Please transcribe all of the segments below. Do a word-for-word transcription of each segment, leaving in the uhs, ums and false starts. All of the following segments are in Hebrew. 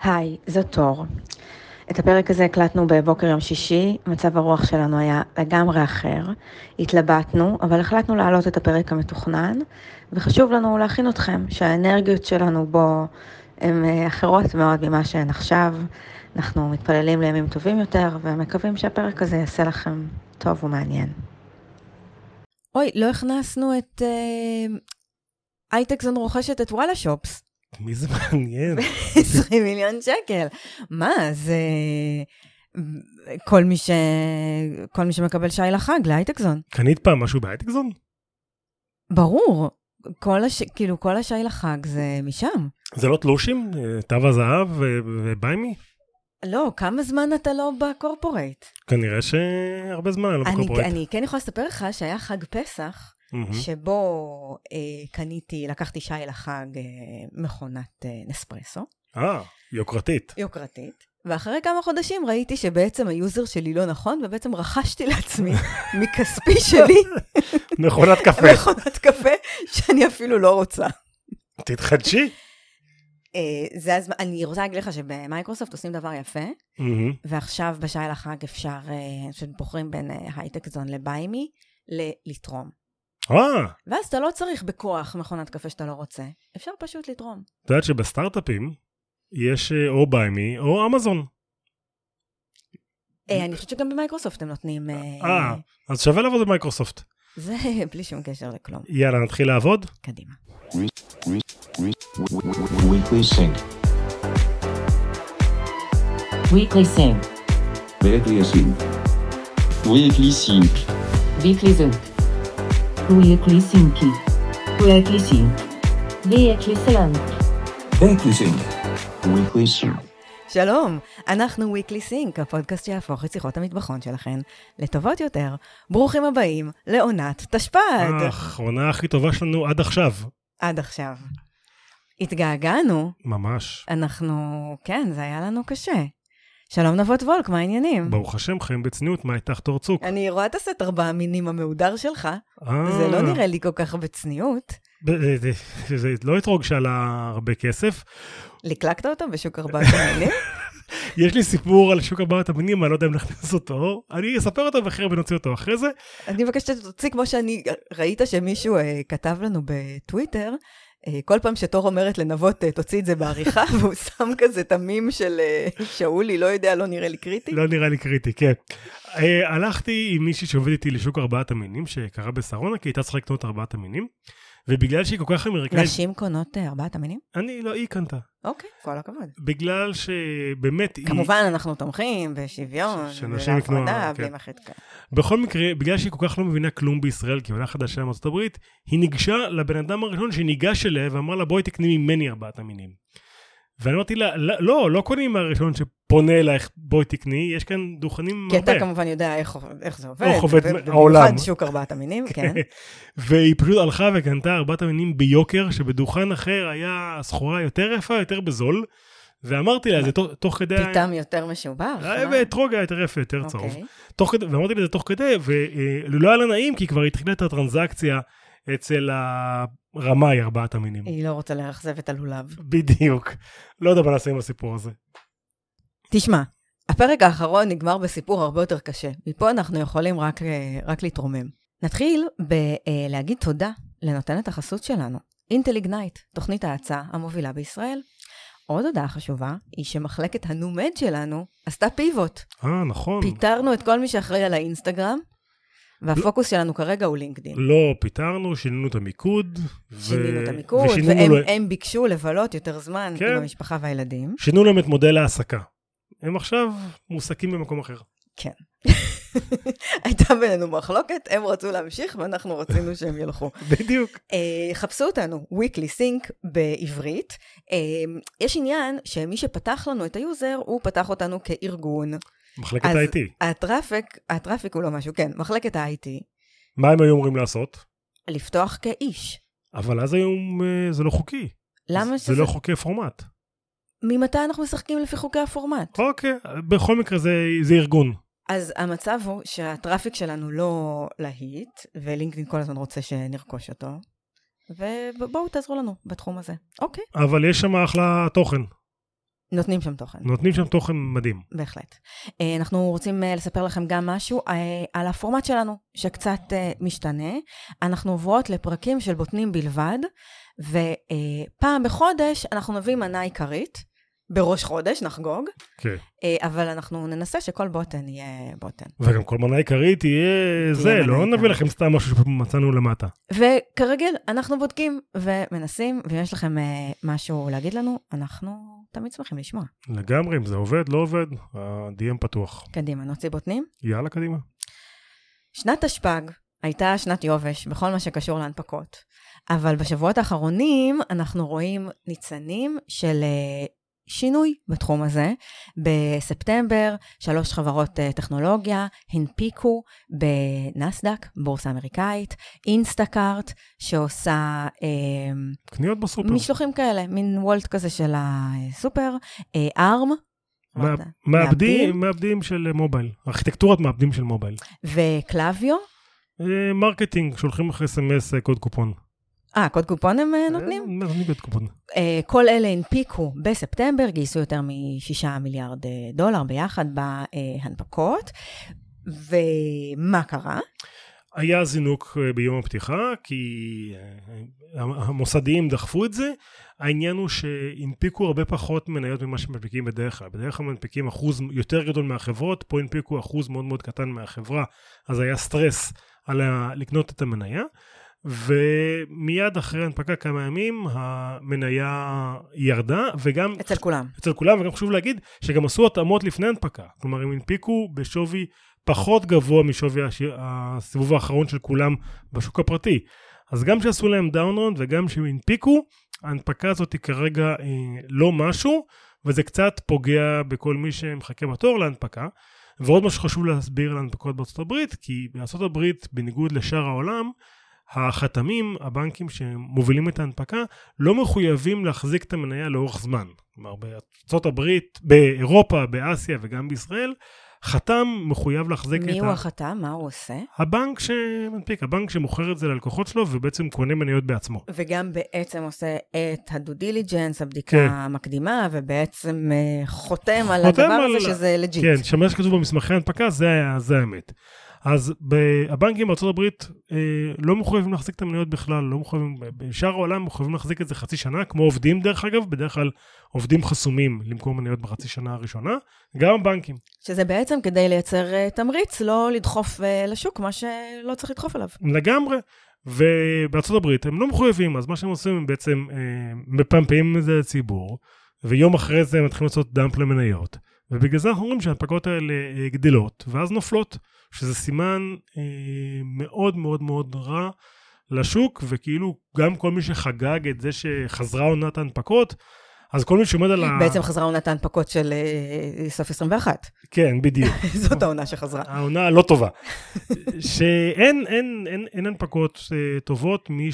היי, זאת תור. את הפרק הזה הקלטנו בבוקר יום שישי, מצב הרוח שלנו היה לגמרי אחר. התלבטנו, אבל החלטנו להעלות את הפרק המתוכנן, וחשוב לנו להכין אתכם שהאנרגיות שלנו בו הן אחרות מאוד ממה שהן עכשיו. אנחנו מתפללים לימים טובים יותר, ומקווים שהפרק הזה יעשה לכם טוב ומעניין. אוי, לא הכנסנו את... אייטקזון רוכשת את וואלה שופס. מי זה מעניין? עשרים מיליון שקל. מה, זה... כל מי ש... כל מי שמקבל שי לחג, לאייטקזון. קנית פעם משהו באייטקזון? ברור. כל הש... כאילו, כל השי לחג זה משם. זה לא תלושים? תו הזהב וביימי? לא, כמה זמן אתה לא בקורפורייט? כנראה שהרבה זמן לא בקורפורייט. אני כן יכולה לספר לך שהיה חג פסח, שבו אה, קניתי, לקחתי שי לחג אה, מכונת אה, נספרסו. אה, יוקרתית. יוקרתית. ואחרי כמה חודשים ראיתי שבעצם היוזר שלי לא נכון, ובעצם רכשתי לעצמי מכספי שלי. מכונת קפה. מכונת קפה שאני אפילו לא רוצה. תתחדשי. אה, זה הזמן, אני רוצה להגיד לך שבמייקרוסופט עושים דבר יפה, ועכשיו בשי לחג אפשר, אה, שבוחרים בין הייטקזון לביימי, לתרום. אה. ואז אתה לא צריך בכוח מכונת קפה שאתה לא רוצה. אפשר פשוט לתרום. את יודעת שבסטארט-אפים יש או ביימי או אמזון. אני חושבת שגם במייקרוסופט הם נותנים... אה, אז שווה לעבוד במייקרוסופט. זה בלי שום קשר לכלום. יאללה, נתחיל לעבוד? קדימה. Weekly Sync. Weekly Sync. Weekly Sync. Weekly Sync. Weekly Sync. Weekly Sync. Weekly Sync. Weekly Sync. Weekly Sync. Weekly Sync. שלום, אנחנו Weekly Sync, הפודקאסט שיהפוך את שיחות המטבחון שלכם לטובות יותר. ברוכים הבאים לעונת תשפ"ד. אך, העונה הכי טובה שלנו עד עכשיו. עד עכשיו. התגעגענו. ממש. אנחנו, כן, זה היה לנו קשה. שלום נבות וולק, מה העניינים? ברוך השם, חיים בצניעות, מה איתך תורצוק? אני רואה את הסט ארבע המינים המהודר שלך. זה לא נראה לי כל כך בצניעות. זה לא יתרוג שעלה הרבה כסף. לקלקת אותו בשוק ארבעת המינים? יש לי סיפור על שוק ארבעת המינים, אני לא יודע אם נכנס אותו. אני אספר אותו ואחר ונוציא אותו אחרי זה. אני מבקשת שתוציא כמו שאני, ראית שמישהו כתב לנו בטוויטר, כל פעם שתור אומרת לנבות, תוציא את זה בעריכה, והוא שם כזה תמים של שאולי, לא יודע, לא נראה לי קריטי. לא נראה לי קריטי, כן. הלכתי עם מישהי שעובד איתי לשוק ארבעת המינים, שקרה בסרונה, כי הייתה צריכה לקנות ארבעת המינים, ובגלל שהיא כל כך אמריקאית... נשים קונות ארבעת המינים? אני לא, היא קנתה. אוקיי, כל הכבוד. בגלל שבאמת... כמובן, אנחנו תומכים בשוויון, ובהפרדה, בלי מחתקה. בכל מקרה, בגלל שהיא כל כך לא מבינה כלום בישראל, כי עולה חדשה מארצות הברית, היא ניגשה לבן אדם הראשון שניגש אליה, ואמר לה, בואי תקני ממני ארבעת המינים. ואני אמרתי לה, לא, לא קונים מהראשון שפונה אלייך, בואי תקני, יש כאן דוכנים הרבה. כי אתה כמובן יודע איך, איך זה עובד. איך עובד העולם. במיוחד שוק ארבעת המינים, כן. והיא פשוט הלכה וקנתה ארבעת המינים ביוקר, שבדוכן אחר היה סחורה יותר יפה, יותר בזול, ואמרתי לה, זה תוך כדי... פיתם יותר משובח. אתרוג היה יותר יפה, יותר צהוב. ואמרתי לה, זה תוך כדי, ולא היה לה נעים, כי כבר התחילה את הטרנזקציה אצל הרמאי ארבעת המינים. היא לא רוצה להרחזב את הלולב. בדיוק. לא יודע מה נעשה עם הסיפור הזה. תשמע, הפרק האחרון נגמר בסיפור הרבה יותר קשה. מפה אנחנו יכולים רק, רק להתרומם. נתחיל בלהגיד תודה לנותנת החסות שלנו. אינטל איגנייט, תוכנית ההצעה המובילה בישראל. עוד הודעה חשובה היא שמחלקת הנומד שלנו עשתה פיבוט. אה, נכון. פיתרנו את כל מי שאחראי על האינסטגרם, והפוקוס שלנו כרגע הוא לינקדין. לא, פיתרנו, שינינו את המיקוד. שינינו את המיקוד, והם ביקשו לבלות יותר זמן עם המשפחה והילדים. שינו להם את מודל העסקה. הם עכשיו מועסקים במקום אחר. כן. הייתה בינינו מחלוקת, הם רצו להמשיך, ואנחנו רצינו שהם ילכו. בדיוק. חפשו אותנו, Weekly Sync בעברית. יש עניין שמי שפתח לנו את היוזר, הוא פתח אותנו כארגון. מחלקת ה-איי טי. אז הטראפיק, הטראפיק הוא לא משהו, כן, מחלקת ה-איי טי. מה הם היו אמורים לעשות? לפתוח כאיש. אבל אז היום זה לא חוקי. למה שזה? זה לא חוקי פורמט. ממתי אנחנו משחקים לפי חוקי הפורמט? אוקיי, בכל מקרה זה, זה ארגון. אז המצב הוא שהטראפיק שלנו לא להיט, ולינקדאין כל הזמן רוצה שנרכוש אותו, ובואו תעזרו לנו בתחום הזה. אוקיי. אבל יש שם אחלה תוכן. נותנים שם תוכן. נותנים שם תוכן מדהים. בהחלט. אנחנו רוצים לספר לכם גם משהו על הפורמט שלנו, שקצת משתנה. אנחנו עוברות לפרקים של בוטנים בלבד, ופעם בחודש אנחנו נביא מנה עיקרית, בראש חודש נחגוג, כן. אבל אנחנו ננסה שכל בוטן יהיה בוטן. וגם כל מנה עיקרית תהיה זה, לא נביא לכם סתם משהו שמצאנו למטה. וכרגיל, אנחנו בודקים ומנסים, ואם יש לכם משהו להגיד לנו, אנחנו תמיד שמחים לשמוע. לגמרי, אם זה עובד, לא עובד, ה-די אם פתוח. קדימה, נוציא בוטנים? יאללה, קדימה. שנת תשפ"ג הייתה שנת יובש בכל מה שקשור להנפקות, אבל בשבועות האחרונים אנחנו רואים ניצנים של שינוי בתחום הזה. בספטמבר, שלוש חברות טכנולוגיה הנפיקו בנסדק, בורסה אמריקאית, אינסטאקארט, שעושה קניות בסופר. משלוחים כאלה, מין וולט כזה של הסופר, ארם, מעבדים, מעבדים של מובייל, ארכיטקטורת מעבדים של מובייל. וקלאביו? מרקטינג, שולחים אחרי אס אם אס קוד קופון. אה, קוד קופון הם נותנים? נותנים קוד קופון. כל אלה הנפיקו בספטמבר, גייסו יותר משישה מיליארד דולר ביחד בהנפקות. ומה קרה? היה זינוק ביום הפתיחה, כי המוסדיים דחפו את זה. העניין הוא שהנפיקו הרבה פחות מניות ממה שמנפיקים בדרך כלל. בדרך כלל מנפיקים אחוז יותר גדול מהחברות, פה הנפיקו אחוז מאוד מאוד קטן מהחברה, אז היה סטרס על לקנות את המניה. ומיד אחרי הנפקה כמה ימים המניה ירדה, וגם אצל כולם אצל כולם וגם חשוב להגיד שגם עשו התאמות לפני הנפקה, כלומר הם הנפיקו בשווי פחות גבוה משווי הסיבוב האחרון של כולם בשוק הפרטי, אז גם שעשו להם דאונרונד וגם שהם הנפיקו, ההנפקה הזאת היא כרגע אה, לא משהו, וזה קצת פוגע בכל מי שמחכה בתור להנפקה. ועוד משהו חשוב להסביר להנפקות בארצות הברית, כי בארצות הברית בניגוד לשאר העולם, החתמים, הבנקים שמובילים את ההנפקה, לא מחויבים להחזיק את המניה לאורך זמן. כלומר, בארצות הברית, באירופה, באסיה וגם בישראל, חתם מחויב להחזיק את ה... מי הוא החתם? מה הוא עושה? הבנק שמנפיק, הבנק שמוכר את זה ללקוחות שלו, ובעצם קונה מניות בעצמו. וגם בעצם עושה את הדו דיליג'נס, הבדיקה המקדימה, ובעצם חותם על הדבר הזה שזה לג'יט. כן, שמה שכתוב במסמכי ההנפקה, זה האמת. אז הבנקים בארצות הברית אה, לא מחויבים להחזיק את המניות בכלל, לא מחויבים, בשאר העולם מחויבים להחזיק את זה חצי שנה, כמו עובדים דרך אגב, בדרך כלל עובדים חסומים למכור מניות בחצי שנה הראשונה, גם הבנקים. שזה בעצם כדי לייצר תמריץ, לא לדחוף לשוק, מה שלא צריך לדחוף עליו. לגמרי, ובארצות הברית הם לא מחויבים, אז מה שהם עושים הם בעצם אה, מפמפים את זה לציבור, ויום אחרי זה הם מתחילים לעשות דאמפ למניות, ובגלל זה אנחנו אומרים שההנפקות האלה גדלות, ואז נופלות. שזה סימן אה, מאוד מאוד מאוד רע לשוק, וכאילו גם כל מי שחגג את זה שחזרה עונת ההנפקות, אז כל מי שעומד על ה... בעצם חזרה עונת ההנפקות של אה, סוף עשרים ואחת. כן, בדיוק. זאת העונה שחזרה. העונה לא טובה. שאין אין, אין, אין הנפקות אה, טובות, מי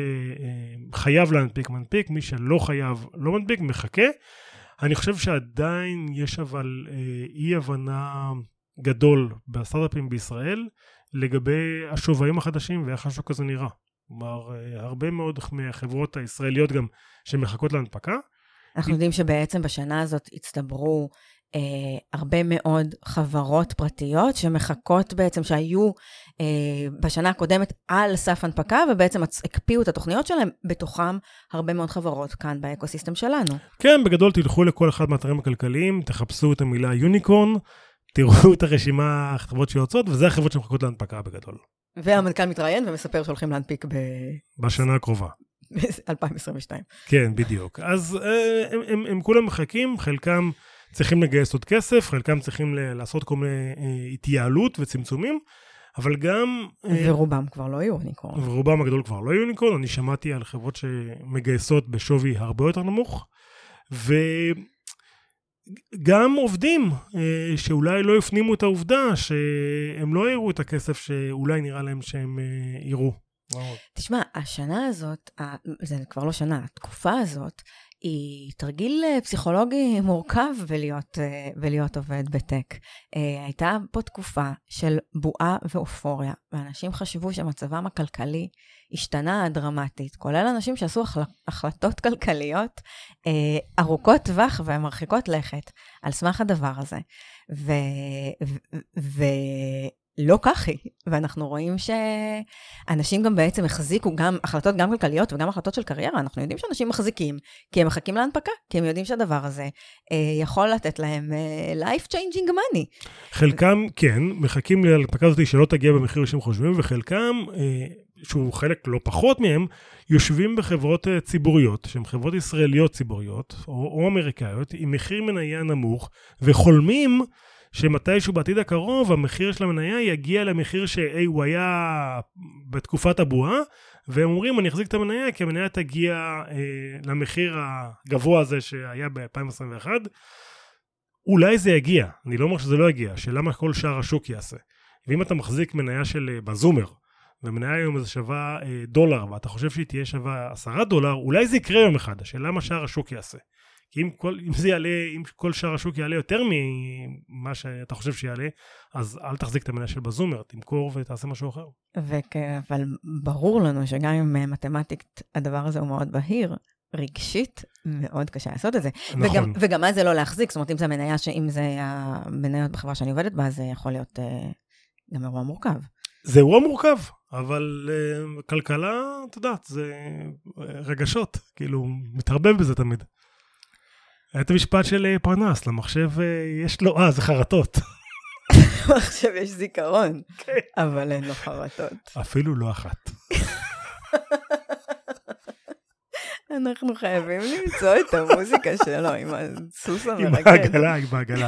שחייב להנפיק מנפיק, מי שלא חייב לא מנפיק, מחכה. אני חושב שעדיין יש אבל אה, אי הבנה... גדול בסטארט-אפים בישראל, לגבי השווים החדשים ואיך השוק הזה נראה. כלומר, הרבה מאוד מהחברות הישראליות גם שמחכות להנפקה. אנחנו יודעים שבעצם בשנה הזאת הצטברו אה, הרבה מאוד חברות פרטיות שמחכות בעצם שהיו אה, בשנה הקודמת על סף הנפקה, ובעצם הקפיאו את התוכניות שלהם, בתוכם הרבה מאוד חברות כאן באקוסיסטם שלנו. כן, בגדול תלכו לכל אחד מהאתרים הכלכליים, תחפשו את המילה יוניקורן, תראו את הרשימה החברות שיוצאות, וזה החברות שמחכות להנפקה בגדול. והמנכ"ל מתראיין ומספר שהולכים להנפיק ב... בשנה הקרובה. אלפיים עשרים ושתיים. כן, בדיוק. אז הם, הם, הם כולם מחכים, חלקם צריכים לגייס עוד כסף, חלקם צריכים לעשות כל מיני התייעלות וצמצומים, אבל גם... ורובם כבר לא יוניקורן. ורובם הגדול כבר לא יוניקורן, אני שמעתי על חברות שמגייסות בשווי הרבה יותר נמוך, ו... גם עובדים אה, שאולי לא יפנימו את העובדה שהם לא יראו את הכסף שאולי נראה להם שהם אה, יראו. תשמע, השנה הזאת, זה כבר לא שנה, התקופה הזאת, היא תרגיל פסיכולוגי מורכב ולהיות, ולהיות עובד בטק. הייתה פה תקופה של בועה ואופוריה, ואנשים חשבו שמצבם הכלכלי השתנה דרמטית, כולל אנשים שעשו החלטות כלכליות ארוכות טווח ומרחיקות לכת על סמך הדבר הזה. ו... ו... ו... לא כך היא, ואנחנו רואים שאנשים גם בעצם החזיקו גם החלטות גם כלכליות וגם החלטות של קריירה, אנחנו יודעים שאנשים מחזיקים, כי הם מחכים להנפקה, כי הם יודעים שהדבר הזה אה, יכול לתת להם אה, life changing money. חלקם, כן, מחכים להנפקה הזאת שלא תגיע במחיר שהם חושבים, וחלקם, אה, שהוא חלק לא פחות מהם, יושבים בחברות אה, ציבוריות, שהן חברות ישראליות ציבוריות, או, או אמריקאיות, עם מחיר מניה נמוך, וחולמים שמתישהו בעתיד הקרוב, המחיר של המניה יגיע למחיר שאי הוא היה בתקופת הבועה, והם אומרים, אני אחזיק את המניה, כי המניה תגיע אה, למחיר הגבוה הזה שהיה ב-אלפיים עשרים ואחת. אולי זה יגיע, אני לא אומר שזה לא יגיע, שלמה כל שאר השוק יעשה. ואם אתה מחזיק מניה של בזומר, ומניה היום זה שווה אה, דולר, ואתה חושב שהיא תהיה שווה עשרה דולר, אולי זה יקרה יום אחד, השאלה מה שאר השוק יעשה. כי אם כל, אם זה יעלה, אם כל שאר השוק יעלה יותר ממה שאתה חושב שיעלה, אז אל תחזיק את המניה של בזומר, תמכור ותעשה משהו אחר. וכ... אבל ברור לנו שגם עם מתמטיקת הדבר הזה הוא מאוד בהיר, רגשית מאוד קשה לעשות את זה. נכון. וגם, וגם מה זה לא להחזיק, זאת אומרת אם זה המניה, שאם זה המניות בחברה שאני עובדת בה, זה יכול להיות uh, גם אירוע מורכב. זה אירוע מורכב, אבל uh, כלכלה, אתה יודעת, זה רגשות, כאילו מתערבב בזה תמיד. את המשפט של פרנס, למחשב יש לו, אה, זה חרטות. למחשב יש זיכרון, אבל אין לו חרטות. אפילו לא אחת. אנחנו חייבים למצוא את המוזיקה שלו עם הסוס המרגל. עם העגלה, עם העגלה.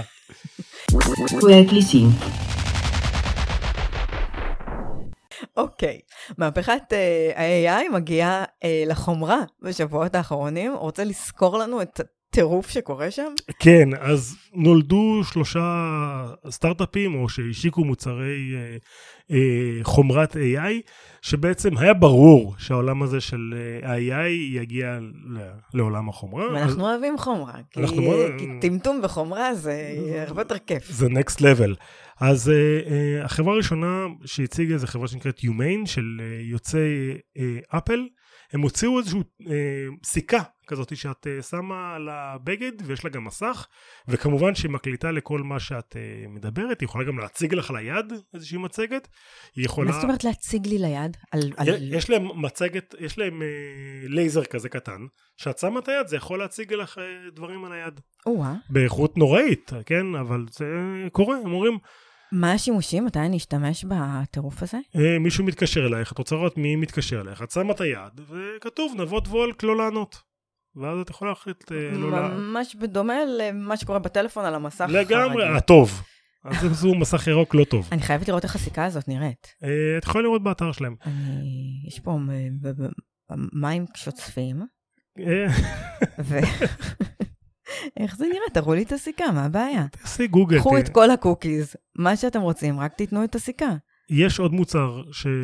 אוקיי, מהפכת ה-איי איי מגיעה לחומרה בשבועות האחרונים. רוצה לזכור לנו את טירוף שקורה שם? כן, אז נולדו שלושה סטארט-אפים, או שהשיקו מוצרי אה, אה, חומרת איי איי, שבעצם היה ברור שהעולם הזה של איי איי יגיע לעולם החומרה. ואנחנו אז... אוהבים חומרה, כי, מאוד... כי טמטום וחומרה זה הרבה יותר כיף. זה next level. אז אה, אה, החברה הראשונה שהציגה זה חברה שנקראת Humane, של אה, יוצאי אה, אפל. הם הוציאו איזושהי אה, סיכה כזאת שאת אה, שמה על הבגד, ויש לה גם מסך, וכמובן שהיא מקליטה לכל מה שאת אה, מדברת, היא יכולה גם להציג לך ליד איזושהי מצגת. היא יכולה... מה זאת אומרת להציג לי ליד? על, על... יש להם מצגת, יש להם אה, לייזר כזה קטן, שאת שמה את היד, זה יכול להציג לך אה, דברים על היד. או-אה. באיכות נוראית, כן? אבל זה קורה, הם אומרים... מה השימושים? מתי נשתמש בטירוף הזה? מישהו מתקשר אלייך, את רוצה לראות מי מתקשר אלייך, את שמה את היד, וכתוב נבות וולק לא לענות. ואז את יכולה להחליט לא לענות. ממש בדומה למה שקורה בטלפון על המסך. לגמרי, הטוב. אז זו מסך ירוק לא טוב. אני חייבת לראות איך הסיכה הזאת נראית. את יכולה לראות באתר שלהם. יש פה מים שוצפים. ו... איך זה נראה? תראו לי את הסיכה, מה הבעיה? תעשי גוגל. קחו את כל הקוקיז, מה שאתם רוצים, רק תיתנו את הסיכה. יש עוד מוצר,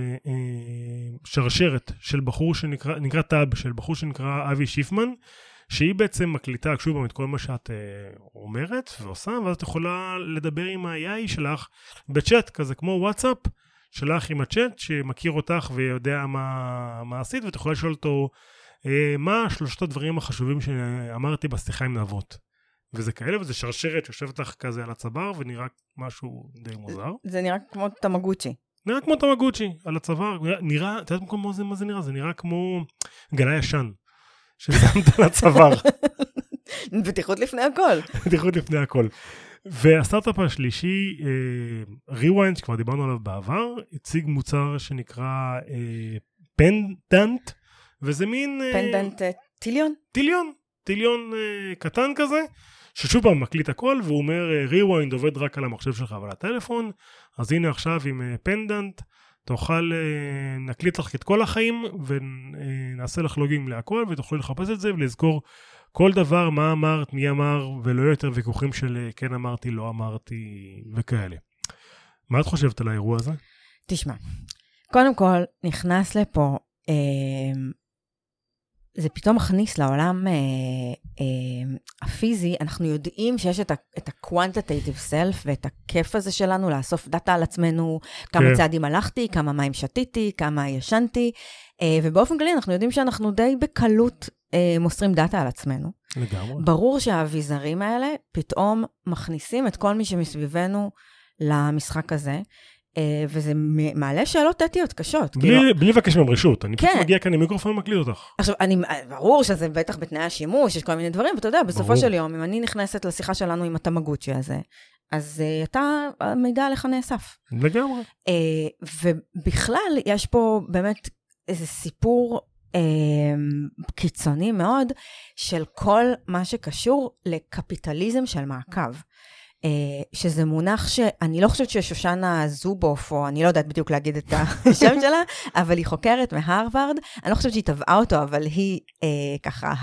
שרשרת של בחור שנקרא, נקרא טאב, של בחור שנקרא אבי שיפמן, שהיא בעצם מקליטה, שוב, את כל מה שאת אומרת ועושה, ואז את יכולה לדבר עם ה-איי איי שלך בצ'אט, כזה כמו וואטסאפ, שלך עם הצ'אט, שמכיר אותך ויודע מה, מה עשית, ואת יכולה לשאול אותו, מה שלושת הדברים החשובים שאמרתי בשיחה עם נבות. וזה כאלה, וזה שרשרת שיושבת לך כזה על הצוואר, ונראה משהו די מוזר. זה נראה כמו תמגוצ'י. נראה כמו תמגוצ'י, על הצוואר. נראה, אתה יודעת מה זה, מה זה נראה? זה נראה כמו גלה ישן, ששמת על הצוואר. בטיחות לפני הכל. בטיחות לפני הכל. והסטארט-אפ השלישי, Rewind, שכבר דיברנו עליו בעבר, הציג מוצר שנקרא פנדנט, וזה מין... פנדנט טיליון? טיליון, טיליון uh, קטן כזה, ששוב פעם מקליט הכל, והוא אומר, Rewind עובד רק על המחשב שלך ועל הטלפון, אז הנה עכשיו עם uh, פנדנט, תוכל, uh, נקליט לך את כל החיים, ונעשה לך לוגינג להכל, ותוכלי לחפש את זה, ולזכור כל דבר, מה אמרת, מי אמר, ולא יותר ויכוחים של כן אמרתי, לא אמרתי, וכאלה. מה את חושבת על האירוע הזה? תשמע, קודם כל, נכנס לפה, אה, זה פתאום מכניס לעולם אה, אה, הפיזי, אנחנו יודעים שיש את ה-quantitative self ואת הכיף הזה שלנו לאסוף דאטה על עצמנו, כמה כן. צעדים הלכתי, כמה מים שתיתי, כמה ישנתי, אה, ובאופן כללי אנחנו יודעים שאנחנו די בקלות אה, מוסרים דאטה על עצמנו. לגמרי. ברור שהאביזרים האלה פתאום מכניסים את כל מי שמסביבנו למשחק הזה, וזה מעלה שאלות אתיות קשות. בלי לבקש מהם רשות, אני פשוט מגיע כאן עם מיקרופון ומקליט אותך. עכשיו, ברור שזה בטח בתנאי השימוש, יש כל מיני דברים, ואתה יודע, בסופו של יום, אם אני נכנסת לשיחה שלנו עם התמגוצ'י הזה, אז אתה, המידע עליך נאסף. לגמרי. ובכלל, יש פה באמת איזה סיפור קיצוני מאוד, של כל מה שקשור לקפיטליזם של מעקב. שזה מונח שאני לא חושבת ששושנה זובוף, או אני לא יודעת בדיוק להגיד את השם שלה, אבל היא חוקרת מהרווארד, אני לא חושבת שהיא טבעה אותו, אבל היא אה, ככה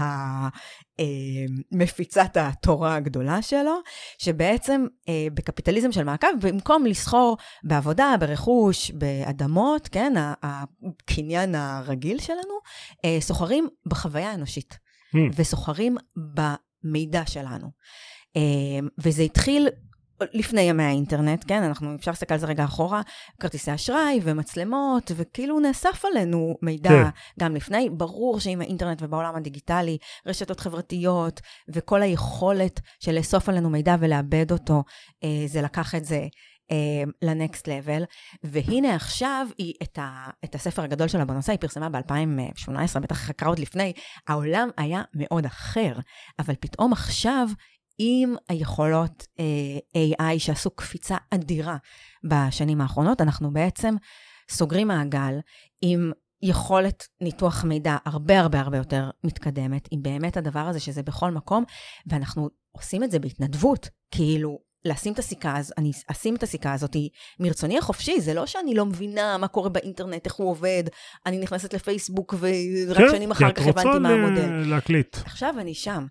המפיצת התורה הגדולה שלו, שבעצם אה, בקפיטליזם של מעקב, במקום לסחור בעבודה, ברכוש, באדמות, כן, הקניין הרגיל שלנו, אה, סוחרים בחוויה האנושית, hmm. וסוחרים במידע שלנו. וזה התחיל לפני ימי האינטרנט, כן? אנחנו אפשר להסתכל על זה רגע אחורה, כרטיסי אשראי ומצלמות, וכאילו נאסף עלינו מידע כן. גם לפני. ברור שעם האינטרנט ובעולם הדיגיטלי, רשתות חברתיות, וכל היכולת של לאסוף עלינו מידע ולאבד אותו, זה לקח את זה לנקסט לבל, והנה עכשיו היא את, ה, את הספר הגדול שלה בנושא, היא פרסמה ב-אלפיים שמונה עשרה, בטח חקרה עוד לפני, העולם היה מאוד אחר, אבל פתאום עכשיו, עם היכולות איי איי שעשו קפיצה אדירה בשנים האחרונות, אנחנו בעצם סוגרים מעגל עם יכולת ניתוח מידע הרבה הרבה הרבה יותר מתקדמת, עם באמת הדבר הזה שזה בכל מקום, ואנחנו עושים את זה בהתנדבות, כאילו לשים את הסיכה, אז אני אשים את הסיכה הזאת מרצוני החופשי, זה לא שאני לא מבינה מה קורה באינטרנט, איך הוא עובד, אני נכנסת לפייסבוק ורק כן, שנים אחר כך הבנתי מה המודל. להקליט. עכשיו אני שם.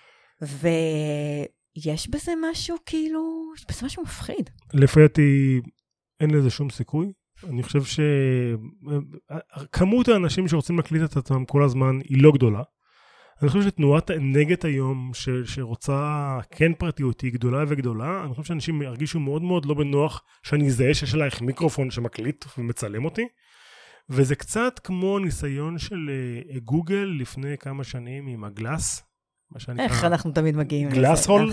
ויש בזה משהו כאילו, יש בזה משהו מפחיד. לפי דעתי, אין לזה שום סיכוי. אני חושב שכמות האנשים שרוצים להקליט את עצמם כל הזמן היא לא גדולה. אני חושב שתנועת נגד היום ש, שרוצה כן פרטיות היא גדולה וגדולה. אני חושב שאנשים ירגישו מאוד מאוד לא בנוח שאני אזהה שיש עלייך מיקרופון שמקליט ומצלם אותי. וזה קצת כמו ניסיון של גוגל לפני כמה שנים עם הגלאס. איך אנחנו תמיד מגיעים לזה? גלאס הול?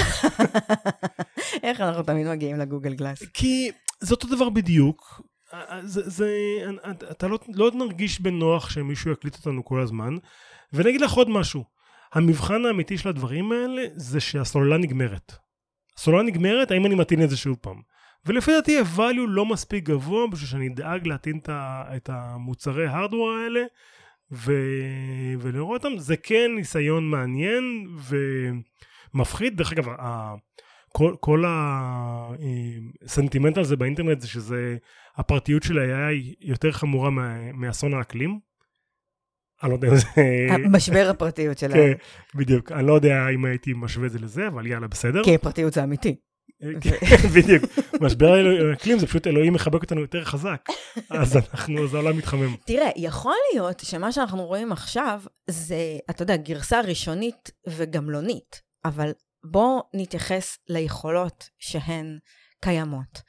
איך אנחנו תמיד מגיעים לגוגל גלאס? כי זה אותו דבר בדיוק. זה, זה, אתה לא, לא נרגיש בנוח שמישהו יקליט אותנו כל הזמן. ואני אגיד לך עוד משהו. המבחן האמיתי של הדברים האלה זה שהסוללה נגמרת. הסוללה נגמרת, האם אני מתאים את זה שוב פעם? ולפי דעתי הvalue לא מספיק גבוה בשביל שאני דאג להתאים את המוצרי הארדוור האלה ו... ולראות אותם. זה כן ניסיון מעניין ומפחיד. דרך אגב, ה... כל, כל הסנטימנט הזה באינטרנט זה שזה הפרטיות של ה-איי איי יותר חמורה מה... מאסון האקלים. אני לא יודע אם זה... משבר הפרטיות שלה. כן, בדיוק. אני לא יודע אם הייתי משווה את זה לזה, אבל יאללה, בסדר. כי הפרטיות זה אמיתי. בדיוק. משבר האקלים זה פשוט אלוהים מחבק אותנו יותר חזק. אז אנחנו, אז העולם מתחמם. תראה, יכול להיות שמה שאנחנו רואים עכשיו זה, אתה יודע, גרסה ראשונית וגמלונית, אבל בוא נתייחס ליכולות שהן קיימות,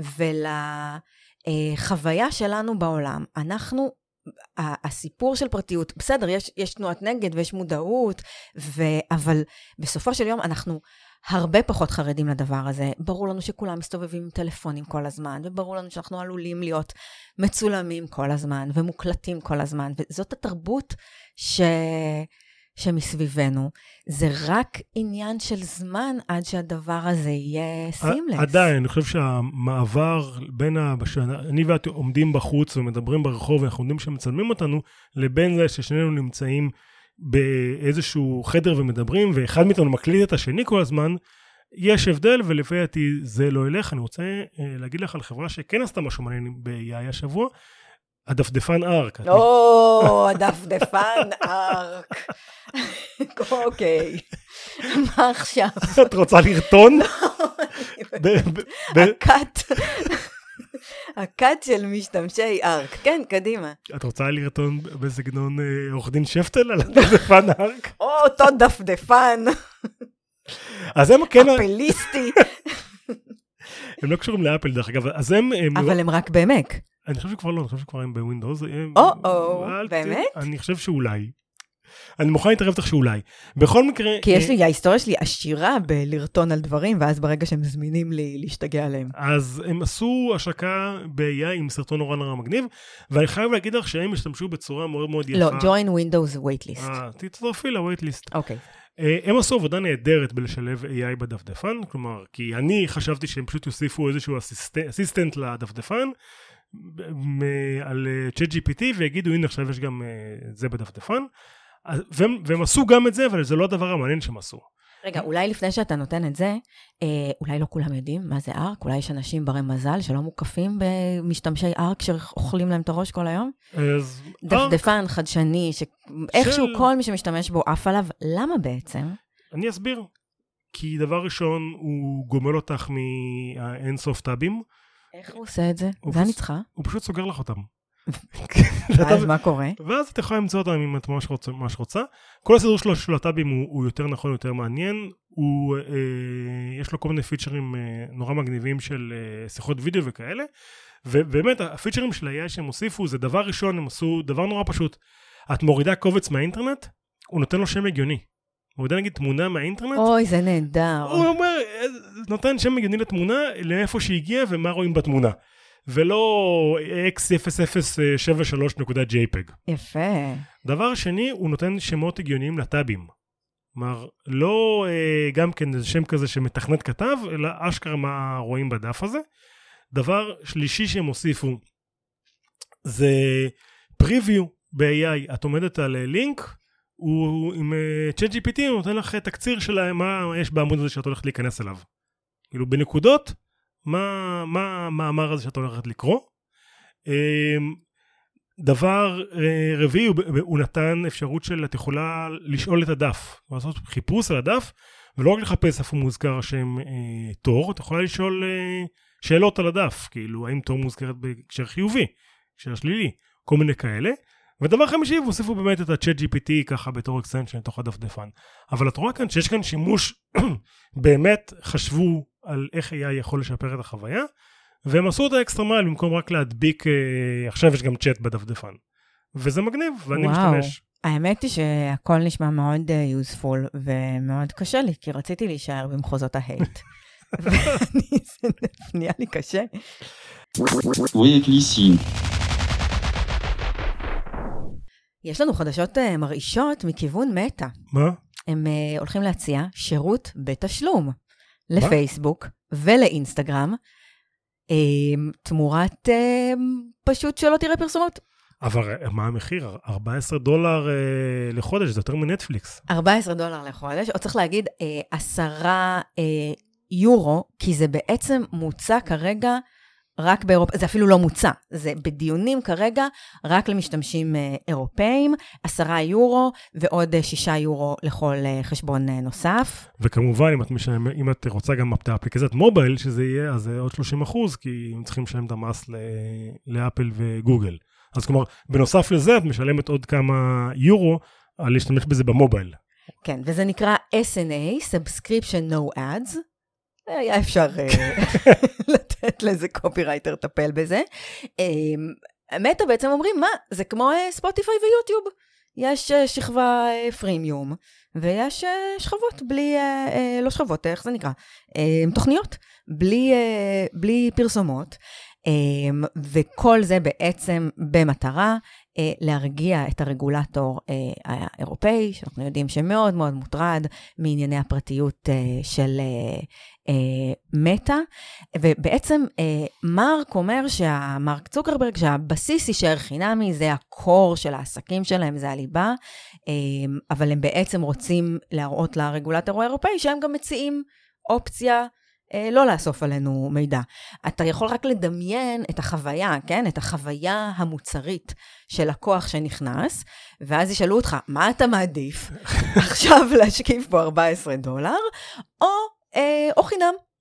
ולחוויה שלנו בעולם. אנחנו הסיפור של פרטיות, בסדר, יש, יש תנועת נגד ויש מודעות, ו... אבל בסופו של יום אנחנו הרבה פחות חרדים לדבר הזה. ברור לנו שכולם מסתובבים עם טלפונים כל הזמן, וברור לנו שאנחנו עלולים להיות מצולמים כל הזמן, ומוקלטים כל הזמן, וזאת התרבות ש... שמסביבנו. זה רק עניין של זמן עד שהדבר הזה יהיה סימלס. עדיין, אני חושב שהמעבר בין, אני ואת עומדים בחוץ ומדברים ברחוב, ואנחנו עומדים שמצלמים אותנו, לבין זה ששנינו נמצאים באיזשהו חדר ומדברים, ואחד מאיתנו מקליט את השני כל הזמן, יש הבדל, ולפי דעתי זה לא ילך. אני רוצה להגיד לך על חברה שכן עשתה משהו מעניין ביאי השבוע, הדפדפן ארק. או, הדפדפן ארק. אוקיי. מה עכשיו? את רוצה לרטון? הקאט. הקאט של משתמשי ארק. כן, קדימה. את רוצה לרטון בסגנון עורך דין שפטל על הדפדפן ארק? או, אותו דפדפן. אז הם כן... אפליסטי. הם לא קשורים לאפל דרך אגב, אז הם... אבל הם רק במק. אני חושב שכבר לא, אני חושב שכבר הם בווינדוס. או-או, באמת? אני חושב שאולי. אני מוכן להתערב אותך שאולי. בכל מקרה... כי יש לי, ההיסטוריה שלי עשירה בלרטון על דברים, ואז ברגע שהם מזמינים לי להשתגע עליהם. אז הם עשו השקה ב-איי איי עם סרטון נורא נורא מגניב, ואני חייב להגיד לך שהם השתמשו בצורה מאוד מאוד יפה. לא, join Windows waitlist. אה, תצטרפי ל-waitlist. אוקיי. הם עשו עבודה נהדרת בלשלב איי איי בדפדפן, כלומר, כי אני חשבתי שהם פשוט יוסיפו איזשהו אסיסטנט לדפדפן, על צ'אט ג'י פי טי, ויגידו, הנה עכשיו יש גם זה בדפדפן, והם, והם עשו גם את זה, אבל זה לא הדבר המעניין שהם עשו. רגע, אולי לפני שאתה נותן את זה, אולי לא כולם יודעים מה זה ארק, אולי יש אנשים ברי מזל שלא מוקפים במשתמשי ארק שאוכלים להם את הראש כל היום? אז דפדפן ארק, חדשני, שאיכשהו של... כל מי שמשתמש בו עף עליו, למה בעצם? אני אסביר. כי דבר ראשון, הוא גומל אותך מהאינסוף טאבים. איך הוא עושה את זה? זה אני צריכה. הוא פשוט סוגר לך אותם. ואז מה קורה? ואז אתה יכול למצוא אותם אם את מה שרוצה. כל הסידור שלו של הטאבים הוא, הוא יותר נכון, יותר מעניין. הוא, אה, יש לו כל מיני פיצ'רים אה, נורא מגניבים של אה, שיחות וידאו וכאלה. ובאמת, הפיצ'רים של ה-איי איי שהם הוסיפו, זה דבר ראשון, הם עשו דבר נורא פשוט. את מורידה קובץ מהאינטרנט, הוא נותן לו שם הגיוני. מורידה נגיד תמונה מהאינטרנט. אוי, זה נהדר. הוא אומר, נותן שם הגיוני לתמונה, לאיפה שהגיע ומה רואים בתמונה. ולא אקס אפס אפס שבע שלוש נקודה ג'יי פי ג'. יפה. דבר שני, הוא נותן שמות הגיוניים לטאבים. כלומר, לא אה, גם כן איזה שם כזה שמתכנת כתב, אלא אשכרה מה רואים בדף הזה. דבר שלישי שהם הוסיפו, זה פריוויו ב-איי איי. את עומדת על לינק, הוא עם צ'אט ג'י פי טי, הוא נותן לך תקציר של מה יש בעמוד הזה שאת הולכת להיכנס אליו. כאילו בנקודות, מה, מה המאמר הזה שאת הולכת לקרוא. דבר רביעי, הוא, הוא נתן אפשרות של את יכולה לשאול את הדף, לעשות חיפוש על הדף, ולא רק לחפש איפה מוזכר השם אה, תור, את יכולה לשאול אה, שאלות על הדף, כאילו האם תור מוזכרת בהקשר חיובי, בהקשר שלילי, כל מיני כאלה. ודבר חמישי, והוסיפו באמת את ה-צ'אט ג'י פי טי ככה בתור אקסטנשן לתוך הדפדפן. אבל את רואה כאן שיש כאן שימוש, באמת חשבו על איך איי איי יכול לשפר את החוויה, והם עשו את האקסטרה מייל במקום רק להדביק, אה, עכשיו יש גם צ'אט בדפדפן. וזה מגניב, ואני וואו. משתמש. האמת היא שהכל נשמע מאוד uh, useful, ומאוד קשה לי, כי רציתי להישאר במחוזות ההייט. ואני, זה נהיה לי קשה. Weekly Sync. יש לנו חדשות uh, מרעישות מכיוון מטא. מה? הם uh, הולכים להציע שירות בתשלום לפייסבוק ולאינסטגרם, uh, תמורת uh, פשוט שלא תראה פרסומות. אבל מה המחיר? ארבעה עשר דולר אה, לחודש, זה יותר מנטפליקס. ארבעה עשר דולר לחודש, או צריך להגיד אה, עשרה אה, יורו, כי זה בעצם מוצע כרגע רק באירופה, זה אפילו לא מוצע, זה בדיונים כרגע רק למשתמשים אה, אירופאים, עשרה יורו ועוד אה, שישה יורו לכל אה, חשבון אה, נוסף. וכמובן, אם את, משלם, אם את רוצה גם את האפליקציית מובייל, שזה יהיה, אז זה עוד שלושים אחוז, כי הם צריכים לשלם את המס ל, לאפל וגוגל. אז כלומר, בנוסף לזה, את משלמת עוד כמה יורו על להשתמש בזה במובייל. כן, וזה נקרא אס אן איי, Subscription No Ads. היה אפשר לתת לאיזה קופירייטר טפל בזה. מטא בעצם אומרים, מה? זה כמו ספוטיפיי ויוטיוב. יש שכבה פרימיום, ויש שכבות בלי, לא שכבות, איך זה נקרא? תוכניות, בלי, בלי פרסומות. Um, וכל זה בעצם במטרה uh, להרגיע את הרגולטור uh, האירופאי, שאנחנו יודעים שמאוד מאוד מוטרד מענייני הפרטיות uh, של uh, uh, מטא, ובעצם uh, מרק אומר, שהמרק צוקרברג, שהבסיס יישאר חינמי, זה הקור של העסקים שלהם, זה הליבה, um, אבל הם בעצם רוצים להראות לרגולטור האירופאי, שהם גם מציעים אופציה, לא לאסוף עלינו מידע. אתה יכול רק לדמיין את החוויה, כן? את החוויה המוצרית של לקוח שנכנס, ואז ישאלו אותך, מה אתה מעדיף? עכשיו להשקיף בו ארבעה עשר דולר, או, אה, או חינם.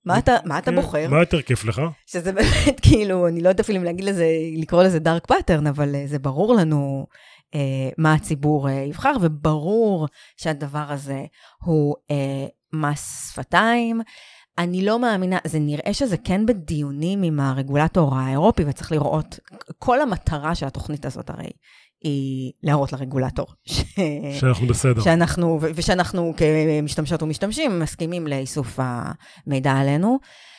מה אתה, מה אתה כן. בוחר? מה יותר כיף לך? שזה באמת, כאילו, אני לא יודעת אפילו אם להגיד לזה, לקרוא לזה דארק פאטרן, אבל אה, זה ברור לנו אה, מה הציבור אה, יבחר, וברור שהדבר הזה הוא אה, מס שפתיים. אני לא מאמינה, זה נראה שזה כן בדיונים עם הרגולטור האירופי, וצריך לראות, כל המטרה של התוכנית הזאת הרי, היא להראות לרגולטור. ש... שאנחנו בסדר. שאנחנו, ו- ושאנחנו כמשתמשות ומשתמשים, מסכימים לאיסוף המידע עלינו.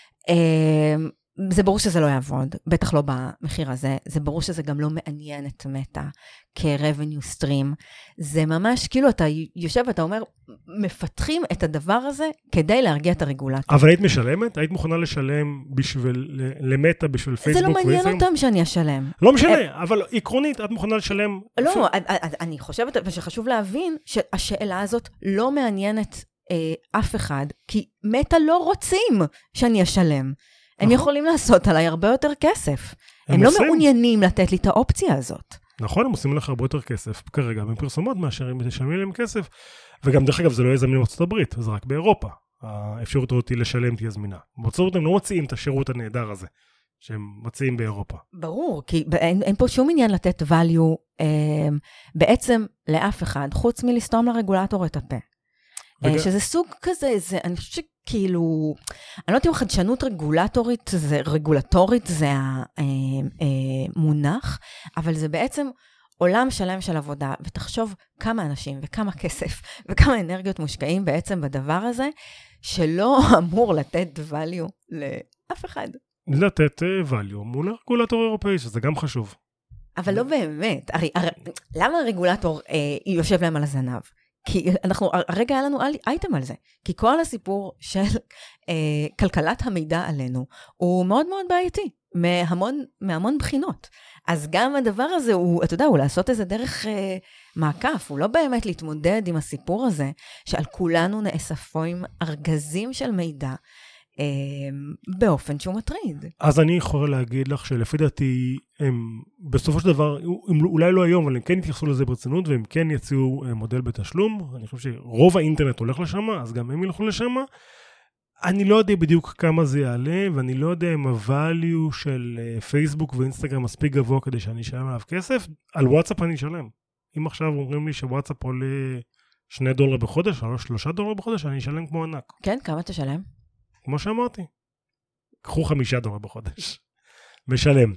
זה ברור שזה לא יעבוד, בטח לא במחיר הזה, זה ברור שזה גם לא מעניין את מטה כ-revenue stream, זה ממש כאילו אתה יושב ואתה אומר, מפתחים את הדבר הזה כדי להרגיע את הרגולטור. אבל היית משלמת? היית מוכנה לשלם בשביל, למטה בשביל פייסבוק? זה לא מעניין אותם שאני אשלם. לא משנה, אבל עקרונית את מוכנה לשלם? לא, אני חושבת שחשוב להבין שהשאלה הזאת לא מעניינת אף אחד, כי מטה לא רוצים שאני אשלם. הם יכולים לעשות עליי הרבה יותר כסף. הם לא מעוניינים לתת לי את האופציה הזאת. נכון, הם עושים לך הרבה יותר כסף כרגע בפרסומות מאשר אם תשלמים להם כסף, וגם דרך אגב זה לא יהיה זמין בארצות הברית, זה רק באירופה. האפשרות אותי לשלם תהיה זמינה. בארצות הברית הם לא מציעים את השירות הנהדר הזה, שהם מציעים באירופה. ברור, כי אין, אין פה שום עניין לתת value אה, בעצם לאף אחד, חוץ מלסתום לרגולטור את הפה. וג... שזה סוג כזה, זה, אני חושבת שכאילו, אני לא יודעת אם חדשנות רגולטורית, זה, רגולטורית זה המונח, אבל זה בעצם עולם שלם של עבודה, ותחשוב כמה אנשים וכמה כסף וכמה אנרגיות מושקעים בעצם בדבר הזה, שלא אמור לתת value לאף אחד. לתת value מול הרגולטור האירופאי, שזה גם חשוב. אבל לא באמת, הרי, הרי, למה הרגולטור אה, יושב להם על הזנב? כי אנחנו, הרגע היה לנו אייטם על זה, כי כל הסיפור של אה, כלכלת המידע עלינו, הוא מאוד מאוד בעייתי, מהמון, מהמון בחינות. אז גם הדבר הזה, הוא, אתה יודע, הוא לעשות איזה דרך אה, מעקף, הוא לא באמת להתמודד עם הסיפור הזה, שעל כולנו נאספים ארגזים של מידע, אה, באופן שהוא מטריד. אז אני יכול להגיד לך שלפי דעתי, הם בסופו של דבר, הם אולי לא היום, אבל הם כן יתייחסו לזה ברצינות, והם כן יציעו מודל בתשלום. אני חושב שרוב האינטרנט הולך לשם, אז גם הם ילכו לשם. אני לא יודע בדיוק כמה זה יעלה, ואני לא יודע אם הvalue של פייסבוק ואינסטגרם מספיק גבוה כדי שאני אשלם עליו כסף. על וואטסאפ אני אשלם. אם עכשיו אומרים לי שוואטסאפ עולה שני דולר בחודש, או שלושה דולר בחודש, אני אשלם כמו ענק. כן, כמה תשלם? כמו שאמרתי. קחו חמישה דולר בחודש. משלם.